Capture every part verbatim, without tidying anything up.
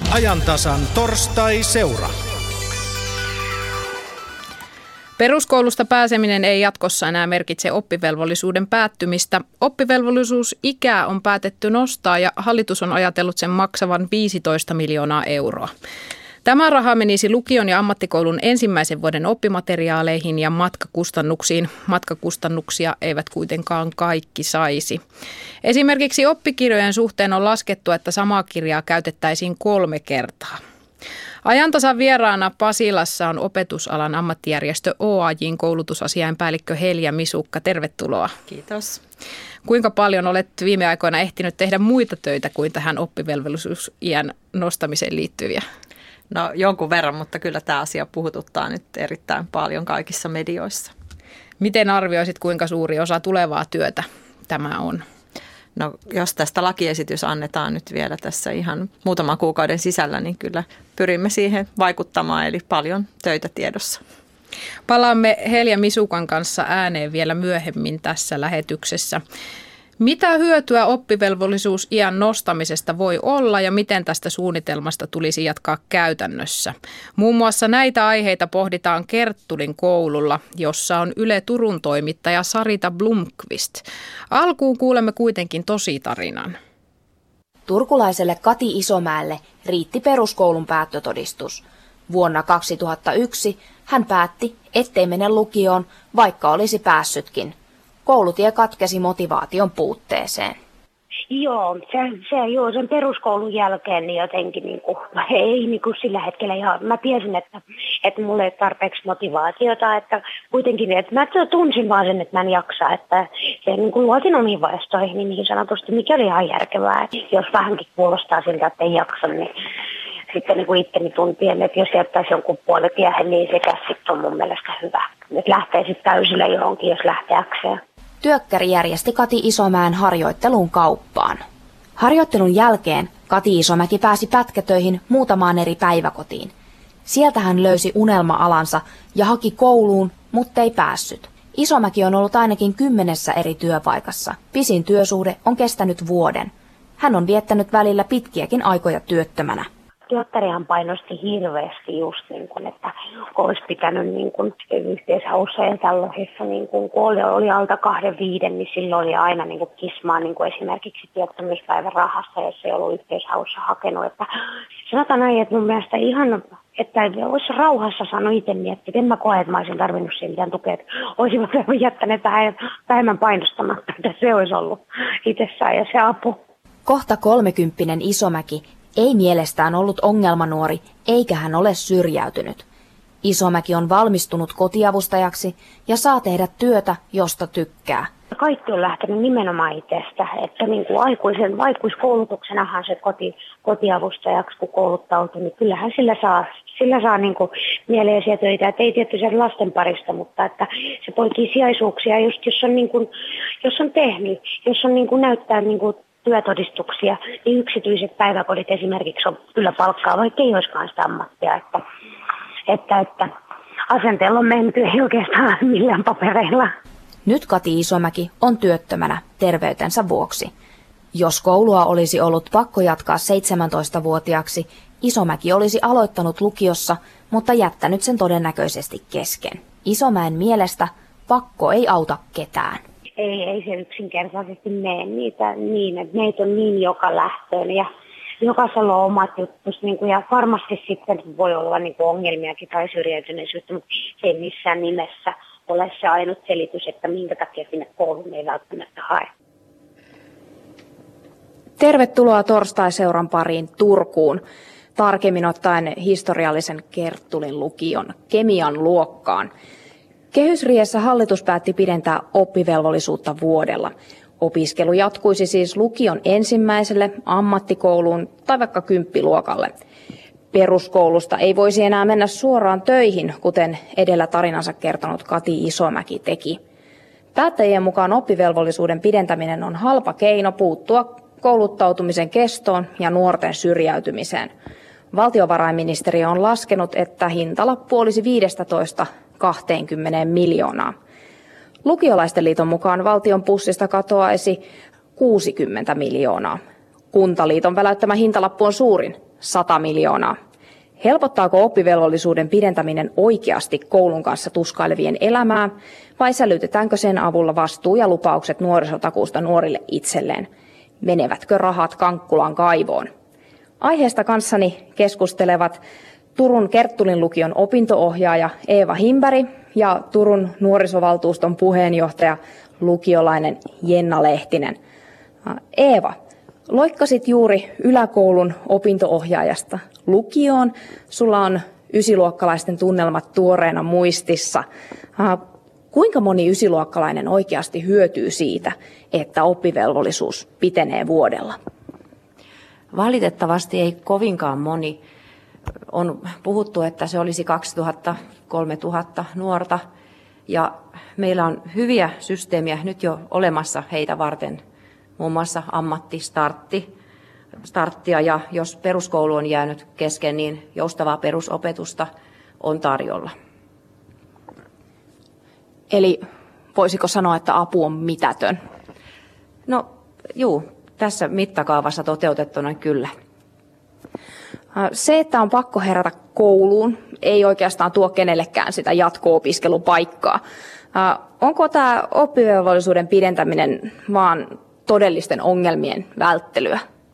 Ajantasan torstai-seura. Peruskoulusta pääseminen ei jatkossa enää merkitse oppivelvollisuuden päättymistä. Oppivelvollisuusikää on päätetty nostaa ja hallitus on ajatellut sen maksavan viisitoista miljoonaa euroa. Tämä raha menisi lukion ja ammattikoulun ensimmäisen vuoden oppimateriaaleihin ja matkakustannuksiin. Matkakustannuksia eivät kuitenkaan kaikki saisi. Esimerkiksi oppikirjojen suhteen on laskettu, että samaa kirjaa käytettäisiin kolme kertaa. Ajantasan vieraana Pasilassa on opetusalan ammattijärjestö O A J:n koulutusasiainpäällikkö Helja Misukka. Tervetuloa. Kiitos. Kuinka paljon olet viime aikoina ehtinyt tehdä muita töitä kuin tähän oppivelvollisuusiän nostamiseen liittyviä? No jonkun verran, mutta kyllä tämä asia puhututtaa nyt erittäin paljon kaikissa medioissa. Miten arvioisit, kuinka suuri osa tulevaa työtä tämä on? No jos tästä lakiesitys annetaan nyt vielä tässä ihan muutaman kuukauden sisällä, niin kyllä pyrimme siihen vaikuttamaan, eli paljon töitä tiedossa. Palaamme Helja Misukan kanssa ääneen vielä myöhemmin tässä lähetyksessä. Mitä hyötyä oppivelvollisuusiän nostamisesta voi olla ja miten tästä suunnitelmasta tulisi jatkaa käytännössä? Muun muassa näitä aiheita pohditaan Kerttulin koululla, jossa on Yle Turun toimittaja Sarita Blomqvist. Alkuun kuulemme kuitenkin tositarinan. Turkulaiselle Kati Isomäelle riitti peruskoulun päättötodistus. Vuonna kaksituhattayksi hän päätti, ettei mene lukioon, vaikka olisi päässytkin. Koulutie katkesi motivaation puutteeseen. Joo, se, se joo, sen peruskoulun jälkeen niin jotenkin niin kuin, ei niin kuin sillä hetkellä ihan, mä tiesin, että, että mulla ei ole tarpeeksi motivaatiota, että kuitenkin, että mä tunsin vaan sen, että mä en jaksa, että se niin kuin luotin omiin vaistoihin, niin sanotusti, mikä oli ihan järkevää, että jos vähänkin kuulostaa siltä, että ei jaksa, niin sitten niin kuin itteni tuntien, että jos jättäisi jonkun puolitiehen, niin sekä sitten on mun mielestä hyvä. Että lähtee sitten täysillä johonkin, jos lähteäkseen. Työkkäri järjesti Kati Isomäen harjoittelun kauppaan. Harjoittelun jälkeen Kati Isomäki pääsi pätkätöihin muutamaan eri päiväkotiin. Sieltä hän löysi unelma-alansa ja haki kouluun, mutta ei päässyt. Isomäki on ollut ainakin kymmenessä eri työpaikassa. Pisin työsuhde on kestänyt vuoden. Hän on viettänyt välillä pitkiäkin aikoja työttömänä. Työttärihän painosti hirveästi just niin kuin, että olisi pitänyt niin kuin yhteishaussa ja tällaisissa, niin kuin, kun oli, oli alta kahden viiden, niin silloin oli aina niin kuin kismaa niin kuin esimerkiksi työttömyyspäivän rahassa, jos ei ollut yhteishaussa hakenut. Että sanotaan näin, että mun mielestä ihan, että olisi rauhassa saanut itse miettiä, että en mä koe, että mä olisin tarvinnut siihen mitään tukea, että olisivat jättäneet vähemmän painostamatta, että se olisi ollut itsessään ja se apu. Kohta kolmekymppinen Isomäki ei mielestään ollut ongelmanuori, eikä hän ole syrjäytynyt. Isomäki on valmistunut kotiavustajaksi ja saa tehdä työtä, josta tykkää. Kaikki on lähtenyt nimenomaan itsestä, että niin kuin aikuisen, aikuiskoulutuksenahan se koti, kotiavustajaksi kun kouluttautuu, niin kyllähän sillä saa, sillä saa niin kuin mieleisiä töitä, että ei tietysti lasten parista, mutta että se poikii sijaisuuksia, just jos on, niin kuin, jos on tehnyt, jos on niin kuin näyttää niin kuin työtodistuksia, niin yksityiset päiväkodit esimerkiksi on kyllä palkkaa, vaikka ei olisikaan sitä ammattia, että, että, että asenteella on menty, ei oikeastaan millään papereilla. Nyt Kati Isomäki on työttömänä terveytensä vuoksi. Jos koulua olisi ollut pakko jatkaa seitsemäntoistavuotiaaksi, Isomäki olisi aloittanut lukiossa, mutta jättänyt sen todennäköisesti kesken. Isomäen mielestä pakko ei auta ketään. Ei, ei se yksinkertaisesti mene niitä niin, että meitä on niin joka lähtöön ja jokaisella on omat juttus. Niin kuin, ja varmasti sitten voi olla niin kuin ongelmiakin tai syrjäytyneisyyttä, mutta se ei missään nimessä ole se ainut selitys, että minkä takia sinne kouluun ei välttämättä hae. Tervetuloa torstai-seuran pariin Turkuun. Tarkemmin ottaen historiallisen Kerttulin lukion kemian luokkaan. Kehysriihessä hallitus päätti pidentää oppivelvollisuutta vuodella. Opiskelu jatkuisi siis lukion ensimmäiselle, ammattikouluun tai vaikka kymppiluokalle. Peruskoulusta ei voisi enää mennä suoraan töihin, kuten edellä tarinansa kertonut Kati Isomäki teki. Päättäjien mukaan oppivelvollisuuden pidentäminen on halpa keino puuttua kouluttautumisen kestoon ja nuorten syrjäytymiseen. Valtiovarainministeriö on laskenut, että hintalappu olisi viisitoista kaksikymmentä miljoonaa. Lukiolaisten liiton mukaan valtion pussista katoaisi kuusikymmentä miljoonaa. Kuntaliiton väläyttämä hintalappu on suurin, sata miljoonaa. Helpottaako oppivelvollisuuden pidentäminen oikeasti koulun kanssa tuskailevien elämää vai sälytetäänkö sen avulla vastuu ja lupaukset nuorisotakuusta nuorille itselleen? Menevätkö rahat Kankkulan kaivoon? Aiheesta kanssani keskustelevat Turun Kerttulin lukion opinto-ohjaaja Eeva Himberg ja Turun nuorisovaltuuston puheenjohtaja lukiolainen Jenna Lehtinen. Eeva, loikkasit juuri yläkoulun opinto-ohjaajasta lukioon. Sulla on ysiluokkalaisten tunnelmat tuoreena muistissa. Kuinka moni ysiluokkalainen oikeasti hyötyy siitä, että oppivelvollisuus pitenee vuodella? Valitettavasti ei kovinkaan moni. On puhuttu, että se olisi kaksituhatta kolmetuhatta nuorta ja meillä on hyviä systeemiä nyt jo olemassa heitä varten, muun muassa ammattistartti, starttia ja jos peruskoulu on jäänyt kesken, niin joustavaa perusopetusta on tarjolla. Eli voisiko sanoa, että apu on mitätön? No juu, tässä mittakaavassa toteutettuna kyllä. Se, että on pakko herätä kouluun, ei oikeastaan tuo kenellekään sitä jatko-opiskelupaikkaa. Onko tämä oppivelvollisuuden pidentäminen vaan todellisten ongelmien välttelyä?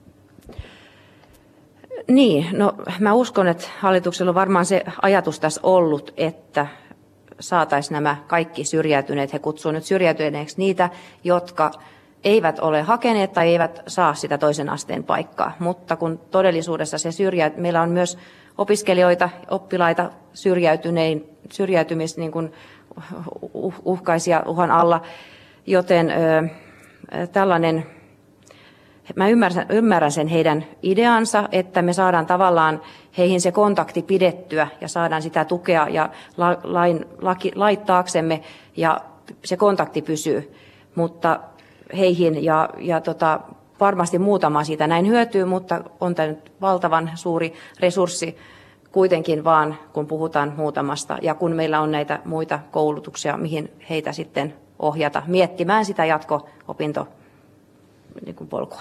Niin, no mä uskon, että hallituksella on varmaan se ajatus tässä ollut, että saataisiin nämä kaikki syrjäytyneet, he kutsuu nyt syrjäytyneeksi niitä, jotka eivät ole hakeneet tai eivät saa sitä toisen asteen paikkaa. Mutta kun todellisuudessa se syrjä, meillä on myös opiskelijoita, oppilaita syrjäytynein, syrjäytymis niin kuin uhkaisia uhan alla, joten ö, tällainen, mä ymmärrän, ymmärrän sen heidän ideansa, että me saadaan tavallaan heihin se kontakti pidettyä ja saadaan sitä tukea ja la, lain, laki, laittaaksemme ja se kontakti pysyy, mutta heihin ja, ja tota, varmasti muutama siitä näin hyötyy, mutta on tämä nyt valtavan suuri resurssi kuitenkin vaan, kun puhutaan muutamasta ja kun meillä on näitä muita koulutuksia, mihin heitä sitten ohjata miettimään sitä jatko-opinto niin kuin polkua.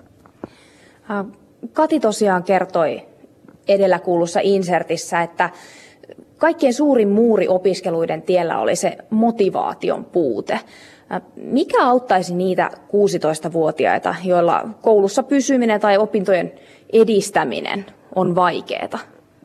Kati tosiaan kertoi edellä kuulussa insertissä, että kaikkein suurin muuri opiskeluiden tiellä oli se motivaation puute. Mikä auttaisi niitä kuusitoistavuotiaita, joilla koulussa pysyminen tai opintojen edistäminen on vaikeaa?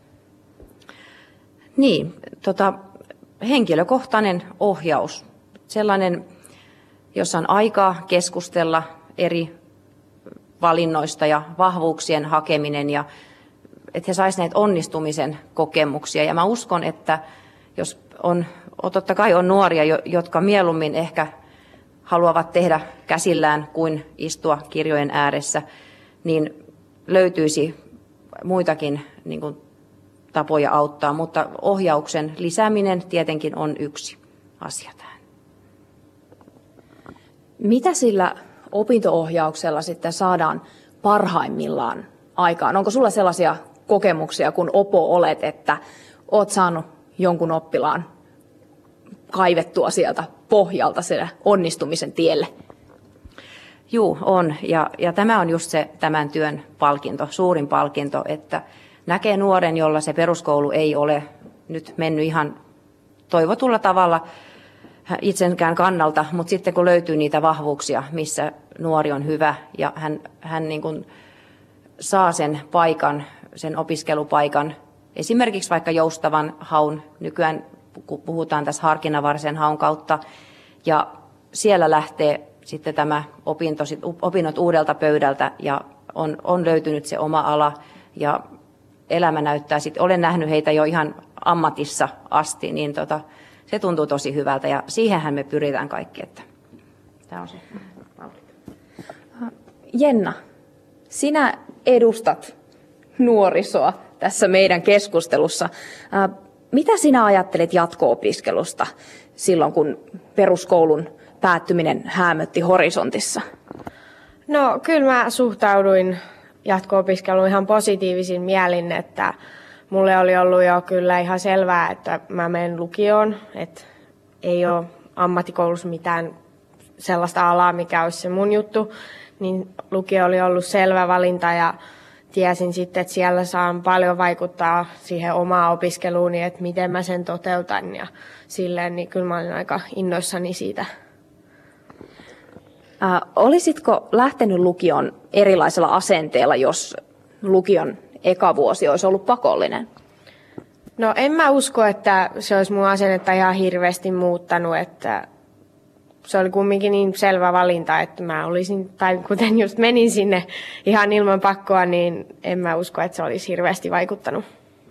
Niin, tota, henkilökohtainen ohjaus. Sellainen, jossa on aikaa keskustella eri valinnoista ja vahvuuksien hakeminen ja että he saisivat näitä onnistumisen kokemuksia. Ja mä uskon, että jos on, totta kai on nuoria, jotka mieluummin ehkä haluavat tehdä käsillään kuin istua kirjojen ääressä, niin löytyisi muitakin niin kuin, tapoja auttaa, mutta ohjauksen lisääminen tietenkin on yksi asia tähän. Mitä sillä opinto-ohjauksella sitten saadaan parhaimmillaan aikaan? Onko sulla sellaisia kokemuksia, kun opo olet, että olet saanut jonkun oppilaan kaivettua sieltä pohjalta sen onnistumisen tielle? Juu, on. Ja, ja tämä on just se tämän työn palkinto, suurin palkinto, että näkee nuoren, jolla se peruskoulu ei ole nyt mennyt ihan toivotulla tavalla itsenkään kannalta, mutta sitten kun löytyy niitä vahvuuksia, missä nuori on hyvä ja hän, hän niin kuin saa sen paikan, sen opiskelupaikan, esimerkiksi vaikka joustavan haun, nykyään puhutaan tässä harkinnanvaraisen haun kautta, ja siellä lähtee sitten tämä opinto, opinnot uudelta pöydältä ja on, on löytynyt se oma ala ja elämä näyttää sitten, olen nähnyt heitä jo ihan ammatissa asti, niin tota, se tuntuu tosi hyvältä ja siihenhän me pyritään kaikki, että tämä on se. Jenna, sinä edustat nuorisoa tässä meidän keskustelussa. Mitä sinä ajattelit jatko-opiskelusta silloin, kun peruskoulun päättyminen häämötti horisontissa? No kyllä mä suhtauduin jatko-opiskeluun ihan positiivisin mielin, että mulle oli ollut jo kyllä ihan selvää, että mä menen lukioon, että ei ole ammattikoulussa mitään sellaista alaa, mikä olisi se mun juttu, niin lukio oli ollut selvä valinta ja tiesin sitten, että siellä saan paljon vaikuttaa siihen omaan opiskeluuni, että miten mä sen toteutan ja silleen, niin kyllä mä olin aika innoissani siitä. Äh, olisitko lähtenyt lukion erilaisella asenteella, jos lukion eka vuosi olisi ollut pakollinen? No en mä usko, että se olisi mun asennetta ihan hirveästi muuttanut, että se oli kumminkin niin selvä valinta, että mä olisin, tai kuten just menin sinne ihan ilman pakkoa, niin en mä usko, että se olisi hirveästi vaikuttanut.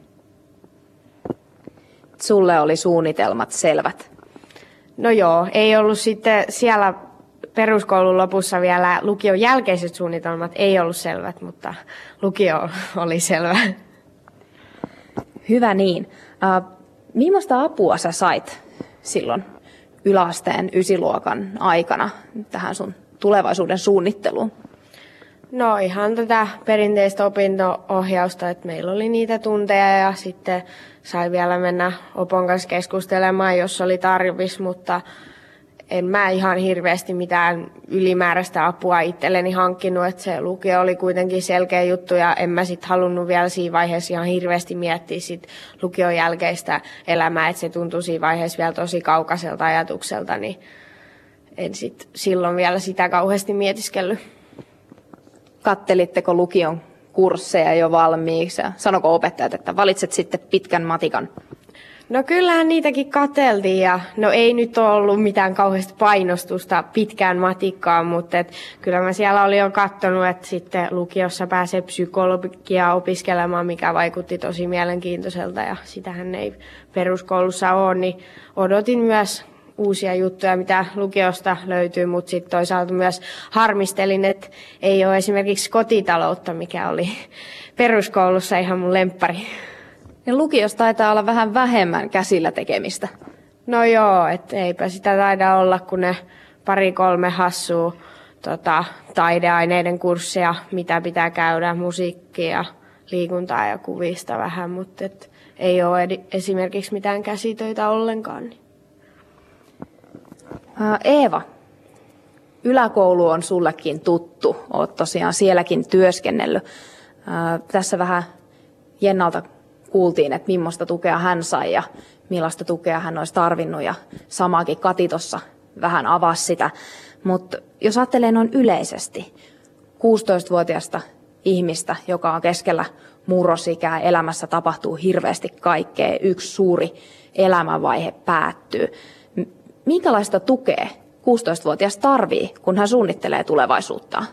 Sulle oli suunnitelmat selvät? No joo, ei ollut sitten siellä peruskoulun lopussa vielä lukion jälkeiset suunnitelmat ei ollut selvät, mutta lukio oli selvä. Hyvä niin. Äh, millaista apua sä sait silloin yläasteen ysiluokan aikana tähän sun tulevaisuuden suunnitteluun? No ihan tätä perinteistä opinto-ohjausta, että meillä oli niitä tunteja ja sitten sai vielä mennä opon kanssa keskustelemaan, jos oli tarvis, mutta en mä ihan hirveästi mitään ylimääräistä apua itselleni hankkinut, että se lukio oli kuitenkin selkeä juttu ja en mä sitten halunnut vielä siinä vaiheessa ihan hirveästi miettiä sit lukion jälkeistä elämää, että se tuntui siinä vaiheessa vielä tosi kaukaiselta ajatukselta, niin en sit silloin vielä sitä kauheasti mietiskellyt. Kattelitteko lukion kursseja jo valmiiksi? Sanoko opettajat, että valitset sitten pitkän matikan? No kyllähän niitäkin katseltiin ja no ei nyt ole ollut mitään kauheasti painostusta pitkään matikkaan, mutta et kyllä mä siellä olin jo katsonut, että sitten lukiossa pääsee psykologiaa opiskelemaan, mikä vaikutti tosi mielenkiintoiselta ja sitähän ei peruskoulussa ole, niin odotin myös uusia juttuja, mitä lukiosta löytyy, mutta sitten toisaalta myös harmistelin, että ei ole esimerkiksi kotitaloutta, mikä oli peruskoulussa ihan mun lemppari. Ja lukiossa taitaa olla vähän vähemmän käsillä tekemistä. No joo, et eipä sitä taida olla, kun ne pari-kolme hassua tota, taideaineiden kursseja, mitä pitää käydä, musiikkia, liikuntaa ja kuvista vähän, mutta et ei ole ed- esimerkiksi mitään käsitöitä ollenkaan. Eeva, yläkoulu on sullekin tuttu, olet tosiaan sielläkin työskennellyt. Tässä vähän Jennalta kuultiin, että millaista tukea hän sai ja millaista tukea hän olisi tarvinnut ja samaakin Kati tuossa vähän avasi sitä. Mutta jos ajattelee noin yleisesti, kuusitoistavuotiaasta ihmistä, joka on keskellä murrosikää, elämässä tapahtuu hirveästi kaikkea, yksi suuri elämänvaihe päättyy. Minkälaista tukea kuusitoistavuotias tarvii, kun hän suunnittelee tulevaisuuttaan?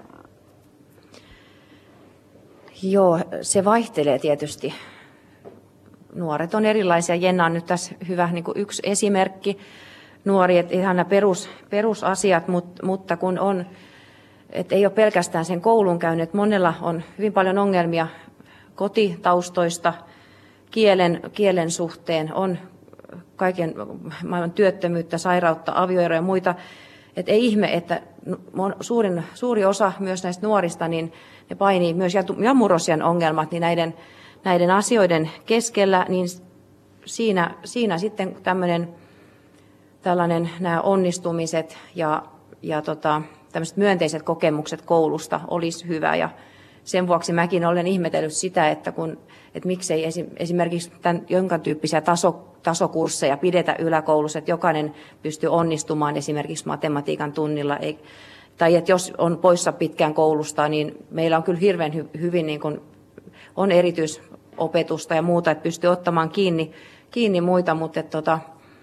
Joo, se vaihtelee tietysti. Nuoret on erilaisia. Jenna on nyt tässä hyvä niin kuin yksi esimerkki. Nuori, että ihan nämä perus, perusasiat, mutta, mutta kun on, että ei ole pelkästään sen koulun käynyt, että monella on hyvin paljon ongelmia kotitaustoista, kielen, kielen suhteen, on kaiken maailman työttömyyttä, sairautta, avioeroja ja muita. Et ei ihme, että suurin, suuri osa myös näistä nuorista, niin ne painii myös ja murrosiän ongelmat, niin näiden, näiden asioiden keskellä, niin siinä, siinä sitten tämmöinen, tällainen nämä onnistumiset ja, ja tota, tämmöiset myönteiset kokemukset koulusta olisi hyvä. Ja sen vuoksi mäkin olen ihmetellyt sitä, että, kun, että miksei esimerkiksi tämän jonkin tyyppisiä taso, tasokursseja pidetä yläkoulussa, että jokainen pystyy onnistumaan esimerkiksi matematiikan tunnilla. Ei, tai että jos on poissa pitkään koulusta, niin meillä on kyllä hirveän hy, hyvin niin kuin on erityisopetusta ja muuta, että pystyy ottamaan kiinni, kiinni muita, mutta että, tota,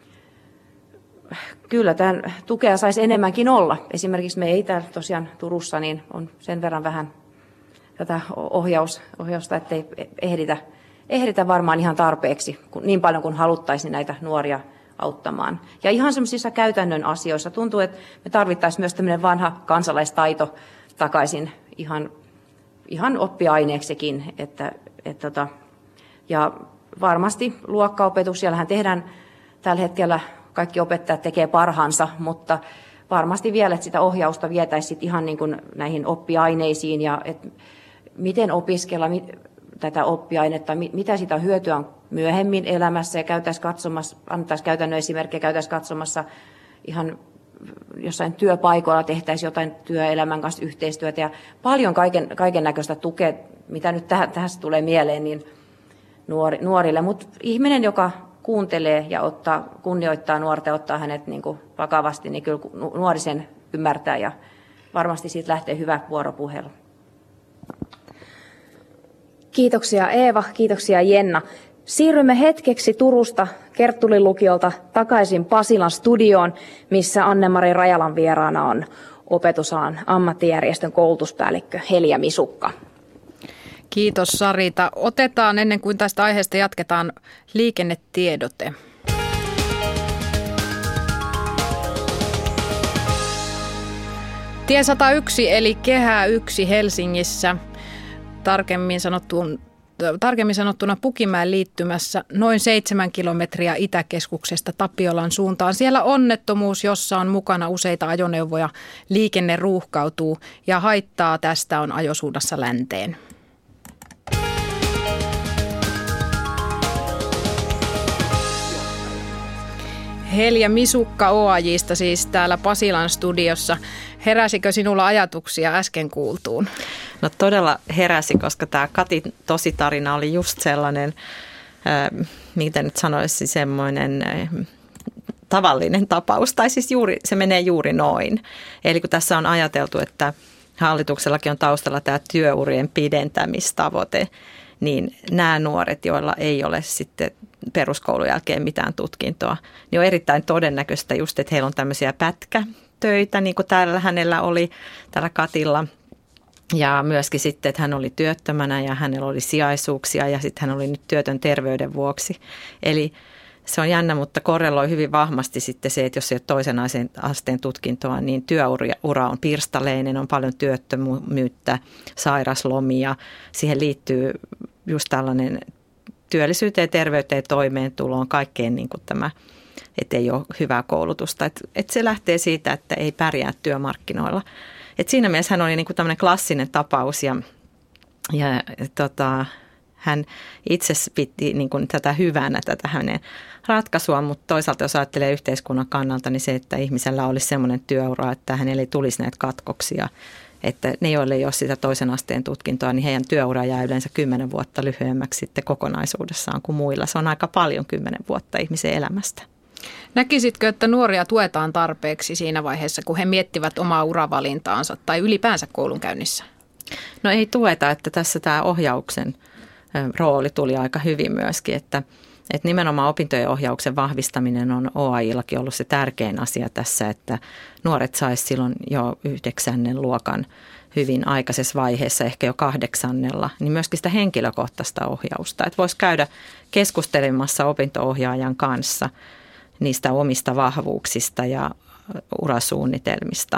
kyllä tämän tukea saisi enemmänkin olla. Esimerkiksi me ei täällä tosiaan Turussa, niin on sen verran vähän tätä ohjaus, ohjausta, ettei ehditä, ehditä varmaan ihan tarpeeksi, niin paljon kuin haluttaisiin näitä nuoria auttamaan. Ja ihan semmoisissa käytännön asioissa tuntuu, että me tarvittaisiin myös tämmöinen vanha kansalaistaito takaisin ihan, ihan oppiaineeksikin. Että, että, että, ja varmasti luokkaopetus, siellähän tehdään tällä hetkellä, kaikki opettajat tekee parhaansa, mutta varmasti vielä, että sitä ohjausta vietäisiin ihan niin kuin näihin oppiaineisiin ja että miten opiskella tätä oppiainetta, mitä sitä hyötyä on myöhemmin elämässä ja käytäisiin katsomassa, annettaisiin käytännön esimerkkejä, käytäisiin katsomassa ihan jossain työpaikoilla tehtäisiin jotain työelämän kanssa yhteistyötä ja paljon kaiken, kaiken näköistä tukea, mitä nyt tähän, tähän tulee mieleen, niin nuori, nuorille. Mutta ihminen, joka kuuntelee ja ottaa, kunnioittaa nuorta ja ottaa hänet niin kuin vakavasti, niin kyllä nuori sen ymmärtää ja varmasti siitä lähtee hyvä vuoropuhelu. Kiitoksia Eeva, kiitoksia Jenna. Siirrymme hetkeksi Turusta Kerttulin lukiolta takaisin Pasilan studioon, missä Anne-Mari Rajalan vieraana on opetusalan ammattijärjestön koulutuspäällikkö Helja Misukka. Kiitos Sarita. Otetaan ennen kuin tästä aiheesta jatketaan liikennetiedote. Tie sata yksi eli Kehä yksi Helsingissä, tarkemmin sanottuun Tarkemmin sanottuna Pukimäen liittymässä noin seitsemän kilometriä Itäkeskuksesta Tapiolan suuntaan. Siellä onnettomuus, jossa on mukana useita ajoneuvoja. Liikenne ruuhkautuu ja haittaa tästä on ajosuunnassa länteen. Helja Misukka O A J:sta siis täällä Pasilan studiossa. Heräsikö sinulla ajatuksia äsken kuultuun? No todella heräsi, koska tämä Katin tositarina oli just sellainen, äh, miten nyt sanoisi, semmoinen äh, tavallinen tapaus. Tai siis juuri, se menee juuri noin. Eli kun tässä on ajateltu, että hallituksellakin on taustalla tämä työurien pidentämistavoite, niin nämä nuoret, joilla ei ole sitten peruskoulun jälkeen mitään tutkintoa, niin on erittäin todennäköistä just, että heillä on tämmöisiä pätkätöitä, niin kuin täällä hänellä oli, täällä Katilla. Ja myöskin sitten, että hän oli työttömänä ja hänellä oli sijaisuuksia ja sitten hän oli nyt työtön terveyden vuoksi. Eli se on jännä, mutta korreloi hyvin vahvasti sitten se, että jos ei ole toisen asteen tutkintoa, niin työura on pirstaleinen, on paljon työttömyyttä, sairaslomia. Siihen liittyy just tällainen työllisyyteen, terveyteen, toimeentuloon, kaikkeen niin kuin tämä, että ei ole hyvää koulutusta. Että et se lähtee siitä, että ei pärjää työmarkkinoilla. Et siinä mielessä hän oli niin kuin tämmöinen klassinen tapaus ja, ja tota, hän itse piti niin kuin tätä hyvänä, tätä hänen ratkaisua, mutta toisaalta jos ajattelee yhteiskunnan kannalta, niin se, että ihmisellä olisi semmoinen työura, että hänelle ei tulisi näitä katkoksia, että ne, joille ei ole sitä toisen asteen tutkintoa, niin heidän työura jää yleensä kymmenen vuotta lyhyemmäksi sitten kokonaisuudessaan kuin muilla. Se on aika paljon kymmenen vuotta ihmisen elämästä. Näkisitkö, että nuoria tuetaan tarpeeksi siinä vaiheessa, kun he miettivät omaa uravalintaansa tai ylipäänsä koulunkäynnissä? No ei tueta, että tässä tämä ohjauksen rooli tuli aika hyvin myöskin, että, että nimenomaan opintojen ohjauksen vahvistaminen on O A J:llakin ollut se tärkein asia tässä, että nuoret saisi silloin jo yhdeksännen luokan hyvin aikaisessa vaiheessa, ehkä jo kahdeksannella, niin myöskin sitä henkilökohtaista ohjausta, että voisi käydä keskustelemassa opinto-ohjaajan kanssa niistä omista vahvuuksista ja urasuunnitelmista.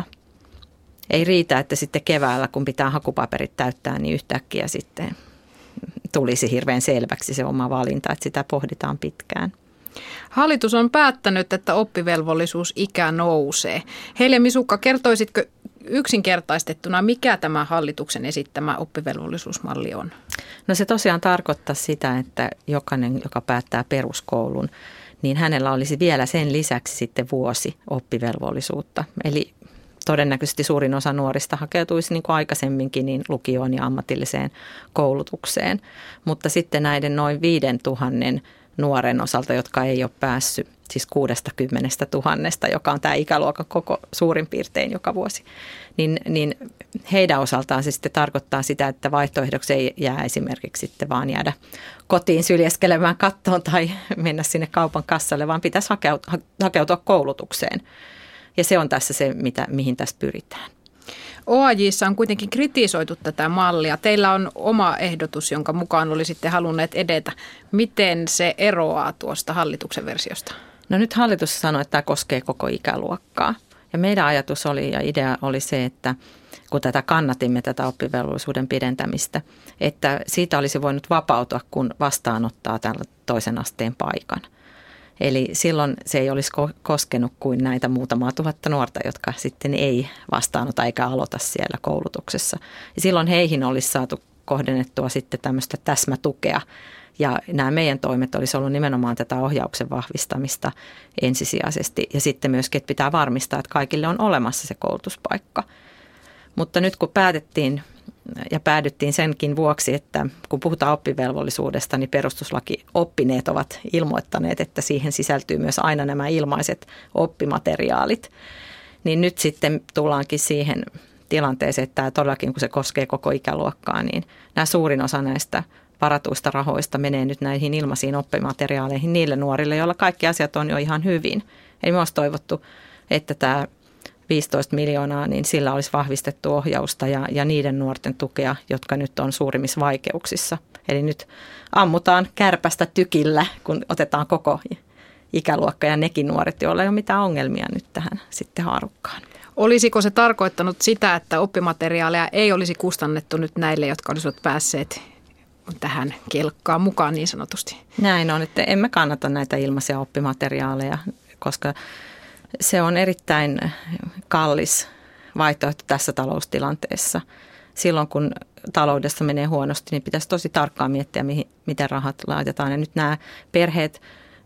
Ei riitä, että sitten keväällä, kun pitää hakupaperit täyttää, niin yhtäkkiä sitten tulisi hirveän selväksi se oma valinta, että sitä pohditaan pitkään. Hallitus on päättänyt, että oppivelvollisuusikä nousee. Helja Misukka, kertoisitko yksinkertaistettuna, mikä tämä hallituksen esittämä oppivelvollisuusmalli on? No se tosiaan tarkoittaa sitä, että jokainen, joka päättää peruskoulun, niin hänellä olisi vielä sen lisäksi sitten vuosi oppivelvollisuutta. Eli todennäköisesti suurin osa nuorista hakeutuisi niin kuin aikaisemminkin niin lukioon ja ammatilliseen koulutukseen. Mutta sitten näiden noin viiden tuhannen nuoren osalta, jotka ei ole päässyt, siis kuudestakymmenestä tuhannesta, joka on tämä ikäluokan koko suurin piirtein joka vuosi, niin, niin heidän osaltaan se sitten tarkoittaa sitä, että vaihtoehdoksi ei jää esimerkiksi sitten vaan jäädä kotiin syljeskelemään kattoon tai mennä sinne kaupan kassalle, vaan pitäisi hakeutua, hakeutua koulutukseen. Ja se on tässä se, mitä, mihin tässä pyritään. O A J:ssä on kuitenkin kritisoitu tätä mallia. Teillä on oma ehdotus, jonka mukaan olisitte halunneet edetä. Miten se eroaa tuosta hallituksen versiosta? No nyt hallitus sanoi, että tämä koskee koko ikäluokkaa. Ja meidän ajatus oli ja idea oli se, että kun tätä kannatimme, tätä oppivelvollisuuden pidentämistä, että siitä olisi voinut vapautua, kun vastaanottaa tällä toisen asteen paikan. Eli silloin se ei olisi koskenut kuin näitä muutamaa tuhatta nuorta, jotka sitten ei vastaanota eikä aloita siellä koulutuksessa. Ja silloin heihin olisi saatu kohdennettua sitten tämmöistä täsmätukea, Ja nämä meidän toimet olisi ollut nimenomaan tätä ohjauksen vahvistamista ensisijaisesti ja sitten myöskin, että pitää varmistaa, että kaikille on olemassa se koulutuspaikka. Mutta nyt kun päätettiin ja päädyttiin senkin vuoksi, että kun puhutaan oppivelvollisuudesta, niin perustuslakioppineet ovat ilmoittaneet, että siihen sisältyy myös aina nämä ilmaiset oppimateriaalit. Niin nyt sitten tullaankin siihen tilanteeseen, että tämä todellakin, kun se koskee koko ikäluokkaa, niin nämä suurin osa näistä varatuista rahoista menee nyt näihin ilmaisiin oppimateriaaleihin niille nuorille, joilla kaikki asiat on jo ihan hyvin. Eli me olisi toivottu, että tämä viisitoista miljoonaa, niin sillä olisi vahvistettu ohjausta ja, ja niiden nuorten tukea, jotka nyt on suurimmissa vaikeuksissa. Eli nyt ammutaan kärpästä tykillä, kun otetaan koko ikäluokka ja nekin nuoret, joilla ei ole mitään ongelmia nyt tähän sitten haarukkaan. Olisiko se tarkoittanut sitä, että oppimateriaaleja ei olisi kustannettu nyt näille, jotka olisivat päässeet tähän kelkkaan mukaan niin sanotusti? Näin on, että emme kannata näitä ilmaisia oppimateriaaleja, koska se on erittäin kallis vaihtoehto tässä taloustilanteessa. Silloin kun taloudessa menee huonosti, niin pitäisi tosi tarkkaan miettiä, mihin, miten rahat laitetaan. Ja nyt nämä perheet,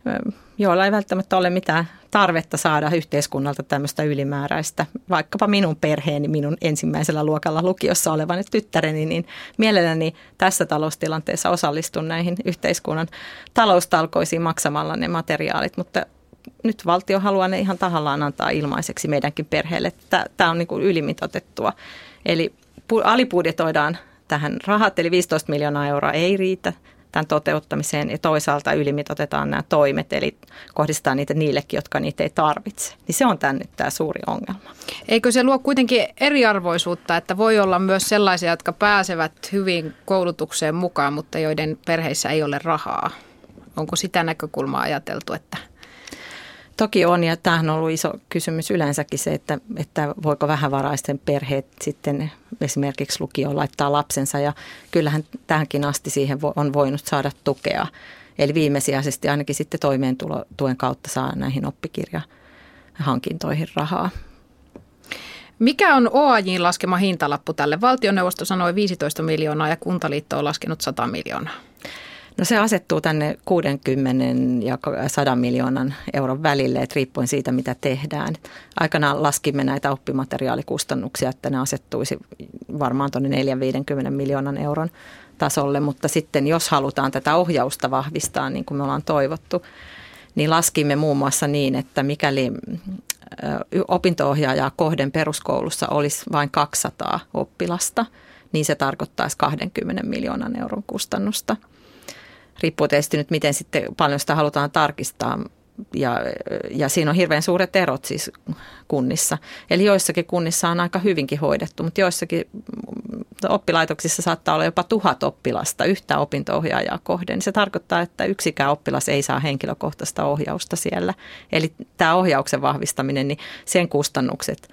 joilla ei välttämättä ole mitään tarvetta saada yhteiskunnalta tämmöistä ylimääräistä, vaikkapa minun perheeni, minun ensimmäisellä luokalla lukiossa olevan tyttäreni, niin mielelläni tässä taloustilanteessa osallistun näihin yhteiskunnan taloustalkoisiin maksamalla ne materiaalit, mutta nyt valtio haluaa ne ihan tahallaan antaa ilmaiseksi meidänkin perheelle. Tämä on niin kuin ylimitoitettua. Eli alibudjetoidaan tähän rahat, eli viisitoista miljoonaa euroa ei riitä tämän toteuttamiseen. Ja toisaalta ylimitoitetaan nämä toimet, eli kohdistetaan niitä niillekin, jotka niitä ei tarvitse. Niin se on tämän nyt tämä suuri ongelma. Eikö se luo kuitenkin eriarvoisuutta, että voi olla myös sellaisia, jotka pääsevät hyvin koulutukseen mukaan, mutta joiden perheissä ei ole rahaa? Onko sitä näkökulmaa ajateltu, että... Toki on, ja tämähän on ollut iso kysymys yleensäkin se, että, että voiko vähävaraisten perheet sitten esimerkiksi lukioon laittaa lapsensa, ja kyllähän tähänkin asti siihen on voinut saada tukea. Eli viimesijaisesti ainakin sitten toimeentulotuen kautta saa näihin oppikirjahankintoihin rahaa. Mikä on O A J:n laskema hintalappu tälle? Valtioneuvosto sanoi viisitoista miljoonaa ja Kuntaliitto on laskenut sata miljoonaa. No se asettuu tänne kuusikymmentä ja sata miljoonan euron välille, että riippuen siitä, mitä tehdään. Aikanaan laskimme näitä oppimateriaalikustannuksia, että ne asettuisi varmaan tuonne neljäkymmentä viisikymmentä miljoonan euron tasolle, mutta sitten jos halutaan tätä ohjausta vahvistaa, niin kuin me ollaan toivottu, niin laskimme muun muassa niin, että mikäli opinto-ohjaajaa kohden peruskoulussa olisi vain kaksisataa oppilasta, niin se tarkoittaisi kaksikymmentä miljoonan euron kustannusta. Riippuu tietysti nyt, miten sitten paljon sitä halutaan tarkistaa ja, ja siinä on hirveän suuret erot siis kunnissa. Eli joissakin kunnissa on aika hyvinkin hoidettu, mutta joissakin oppilaitoksissa saattaa olla jopa tuhat oppilasta yhtä opinto-ohjaajaa kohden. Se tarkoittaa, että yksikään oppilas ei saa henkilökohtaista ohjausta siellä. Eli tämä ohjauksen vahvistaminen, niin sen kustannukset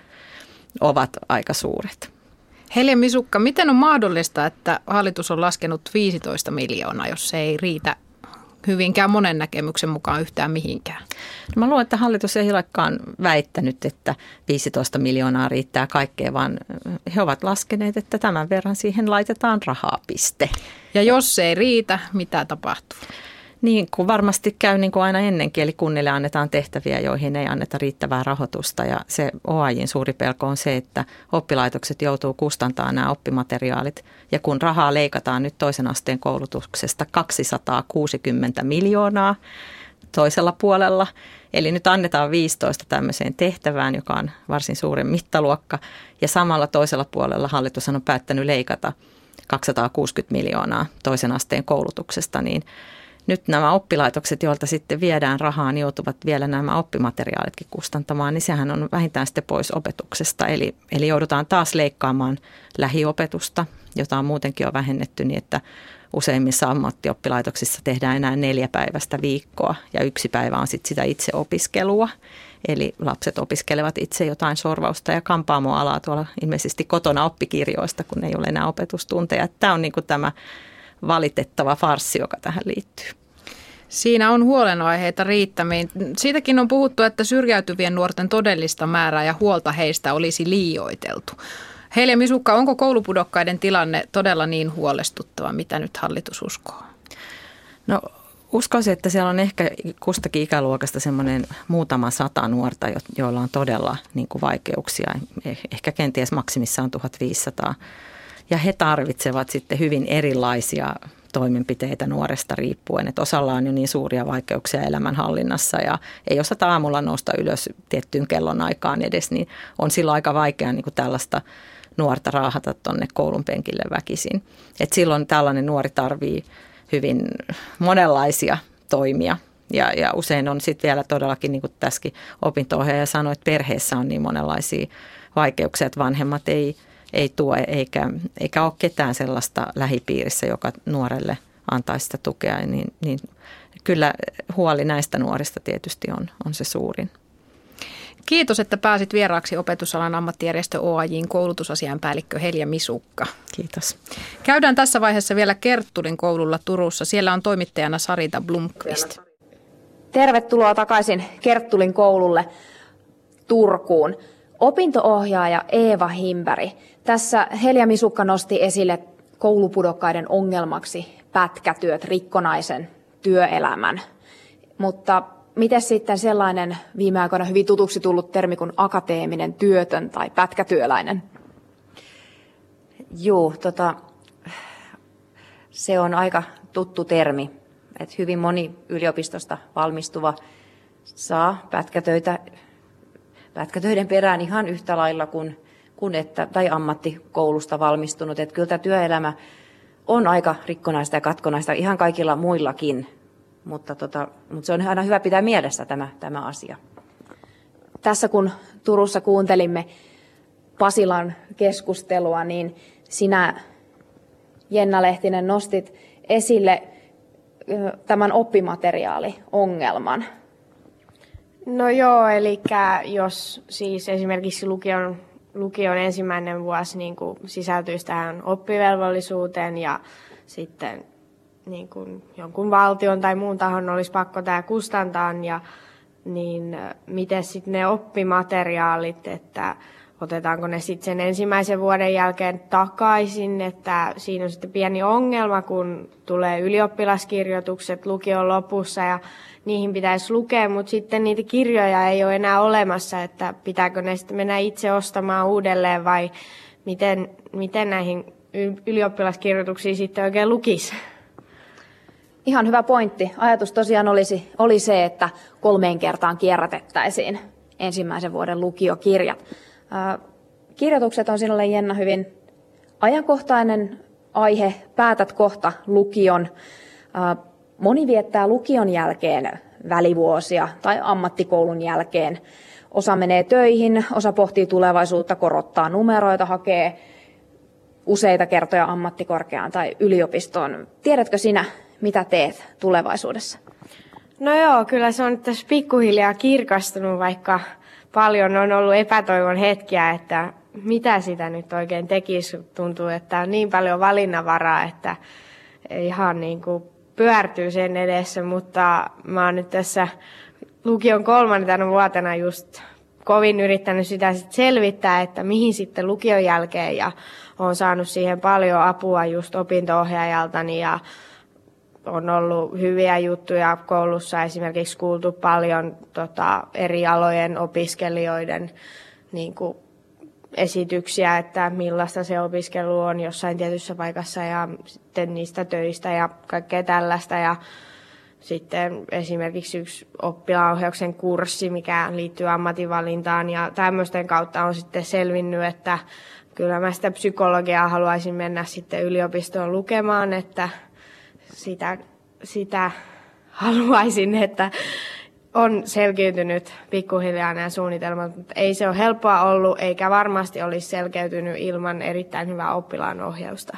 ovat aika suuret. Helja Misukka, miten on mahdollista, että hallitus on laskenut viisitoista miljoonaa, jos se ei riitä hyvinkään monen näkemyksen mukaan yhtään mihinkään? No mä luulen, että hallitus ei olekaan väittänyt, että viisitoista miljoonaa riittää kaikkeen, vaan he ovat laskeneet, että tämän verran siihen laitetaan rahaa, piste. Ja jos se ei riitä, mitä tapahtuu? Niin kuin varmasti käy niin kuin aina ennenkin, eli kunnille annetaan tehtäviä, joihin ei anneta riittävää rahoitusta. Ja se O A J:n suuri pelko on se, että oppilaitokset joutuu kustantamaan nämä oppimateriaalit. Ja kun rahaa leikataan nyt toisen asteen koulutuksesta kaksisataakuusikymmentä miljoonaa toisella puolella, eli nyt annetaan viisitoista tämmöiseen tehtävään, joka on varsin suuri mittaluokka. Ja samalla toisella puolella hallitus on päättänyt leikata kaksisataakuusikymmentä miljoonaa toisen asteen koulutuksesta, niin nyt nämä oppilaitokset, joilta sitten viedään rahaa, niin joutuvat vielä nämä oppimateriaalitkin kustantamaan, niin sehän on vähintään sitten pois opetuksesta. Eli, eli joudutaan taas leikkaamaan lähiopetusta, jota on muutenkin jo vähennetty niin, että useimmissa ammattioppilaitoksissa tehdään enää neljä päivästä viikkoa ja yksi päivä on sitten sitä itse opiskelua. Eli lapset opiskelevat itse jotain sorvausta ja kampaamoalaa tuolla ilmeisesti kotona oppikirjoista, kun ei ole enää opetustunteja. Tämä on niin kuin tämä valitettava farssi, joka tähän liittyy. Siinä on huolenaiheita riittämiin. Siitäkin on puhuttu, että syrjäytyvien nuorten todellista määrää ja huolta heistä olisi liioiteltu. Helja Misukka, onko koulupudokkaiden tilanne todella niin huolestuttava, mitä nyt hallitus uskoo? No uskoisin, että siellä on ehkä kustakin ikäluokasta semmoinen muutama sata nuorta, joilla on todella niin kuin vaikeuksia. Ehkä kenties maksimissaan tuhatviisisataa. Ja he tarvitsevat sitten hyvin erilaisia toimenpiteitä nuoresta riippuen. Että osalla on jo niin suuria vaikeuksia elämänhallinnassa ja ei osata aamulla nousta ylös tiettyyn kellonaikaan edes, niin on silloin aika vaikea niin kuin tällaista nuorta raahata tuonne koulun penkille väkisin. Et silloin tällainen nuori tarvii hyvin monenlaisia toimia ja, ja usein on sitten vielä todellakin, niin kuin tässäkin opinto-ohjaaja sanoi, että perheessä on niin monenlaisia vaikeuksia, että vanhemmat ei, ei tue eikä, eikä ole ketään sellaista lähipiirissä, joka nuorelle antaisi sitä tukea, niin, niin kyllä huoli näistä nuorista tietysti on, on se suurin. Kiitos, että pääsit vieraaksi opetusalan ammattijärjestö O A J:n koulutusasiainpäällikkö Helja Misukka. Kiitos. Käydään tässä vaiheessa vielä Kerttulin koululla Turussa. Siellä on toimittajana Sarita Blomqvist. Tervetuloa takaisin Kerttulin koululle Turkuun. Opinto-ohjaaja Eeva Himberg. Tässä Helja Misukka nosti esille koulupudokkaiden ongelmaksi pätkätyöt, rikkonaisen työelämän. Mutta miten sitten sellainen viime aikoina hyvin tutuksi tullut termi kuin akateeminen työtön tai pätkätyöläinen? Joo, tota, se on aika tuttu termi. Et hyvin moni yliopistosta valmistuva saa pätkätöitä, pätkätöiden perään ihan yhtä lailla kuin, kuin että, tai ammattikoulusta valmistunut. Et kyllä tämä työelämä on aika rikkonaista ja katkonaista ihan kaikilla muillakin. Mutta, tota, mutta se on aina hyvä pitää mielessä tämä, tämä asia. Tässä kun Turussa kuuntelimme Pasilan keskustelua, niin sinä, Jenna Lehtinen, nostit esille tämän oppimateriaaliongelman. No joo, eli jos siis esimerkiksi lukion, lukion ensimmäinen vuosi niin kuin sisältyisi tähän oppivelvollisuuteen ja sitten niin kuin jonkun valtion tai muun tahon olisi pakko tämä kustantaa, ja, niin miten sitten ne oppimateriaalit, että otetaanko ne sitten sen ensimmäisen vuoden jälkeen takaisin, että siinä on sitten pieni ongelma, kun tulee ylioppilaskirjoitukset lukion lopussa ja niihin pitäisi lukea, mutta sitten niitä kirjoja ei ole enää olemassa, että pitääkö ne sitten mennä itse ostamaan uudelleen vai miten, miten näihin ylioppilaskirjoituksiin sitten oikein lukisi. Ihan hyvä pointti. Ajatus tosiaan olisi, oli se, että kolmeen kertaan kierrätettäisiin ensimmäisen vuoden lukiokirjat. Äh, kirjoitukset on sinulle, Jenna, hyvin ajankohtainen aihe. Päätät kohta lukion. Äh, moni viettää lukion jälkeen välivuosia tai ammattikoulun jälkeen. Osa menee töihin, osa pohtii tulevaisuutta, korottaa numeroita, hakee useita kertoja ammattikorkeaan tai yliopistoon. Tiedätkö sinä, mitä teet tulevaisuudessa? No joo, kyllä se on tässä pikkuhiljaa kirkastunut, vaikka paljon on ollut epätoivon hetkiä, että mitä sitä nyt oikein tekisi. Tuntuu, että on niin paljon valinnanvaraa, että ihan niin kuin pyörtyy sen edessä, mutta mä oon nyt tässä lukion kolmantena vuotena just kovin yrittänyt sitä sit selvittää, että mihin sitten lukion jälkeen, ja olen saanut siihen paljon apua just opinto-ohjaajaltani ja on ollut hyviä juttuja koulussa, esimerkiksi kuultu paljon tota, eri alojen opiskelijoiden niin kuin, esityksiä, että millaista se opiskelu on jossain tietyssä paikassa ja sitten niistä töistä ja kaikkea tällaista. Ja sitten esimerkiksi yksi oppilaanohjauksen kurssi, mikä liittyy ammatinvalintaan, ja tämmöisten kautta on sitten selvinnyt, että kyllä mä sitä psykologiaa haluaisin mennä sitten yliopistoon lukemaan, että Sitä, sitä haluaisin, että on selkeytynyt pikkuhiljaa nämä suunnitelmat, mutta ei se ole helppoa ollut, eikä varmasti olisi selkeytynyt ilman erittäin hyvää oppilaanohjausta.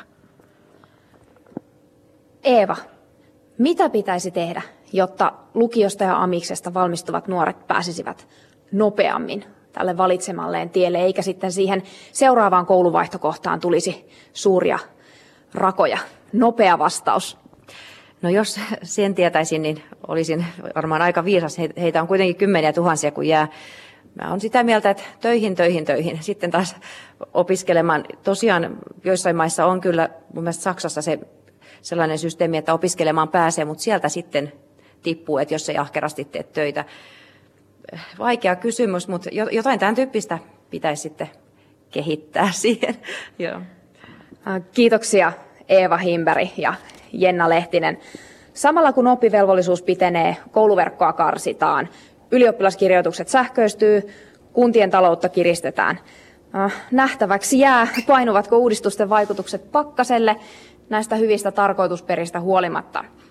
Eeva, mitä pitäisi tehdä, jotta lukiosta ja amiksesta valmistuvat nuoret pääsisivät nopeammin tälle valitsemalleen tielle, eikä sitten siihen seuraavaan kouluvaihtokohtaan tulisi suuria rakoja? Nopea vastaus. No jos sen tietäisin, niin olisin varmaan aika viisas. Heitä on kuitenkin kymmeniä tuhansia, kun jää. Mä oon sitä mieltä, että töihin, töihin, töihin. Sitten taas opiskelemaan. Tosiaan joissain maissa on kyllä, mun mielestä Saksassa se sellainen systeemi, että opiskelemaan pääsee, mutta sieltä sitten tippuu, että jos ei ahkerasti tee töitä. Vaikea kysymys, mutta jotain tämän tyyppistä pitäisi sitten kehittää siihen. Joo. Kiitoksia Eeva Himberg ja Jenna Lehtinen. Samalla kun oppivelvollisuus pitenee, kouluverkkoa karsitaan, ylioppilaskirjoitukset sähköistyy, kuntien taloutta kiristetään. Nähtäväksi jää, painuvatko uudistusten vaikutukset pakkaselle näistä hyvistä tarkoitusperistä huolimatta.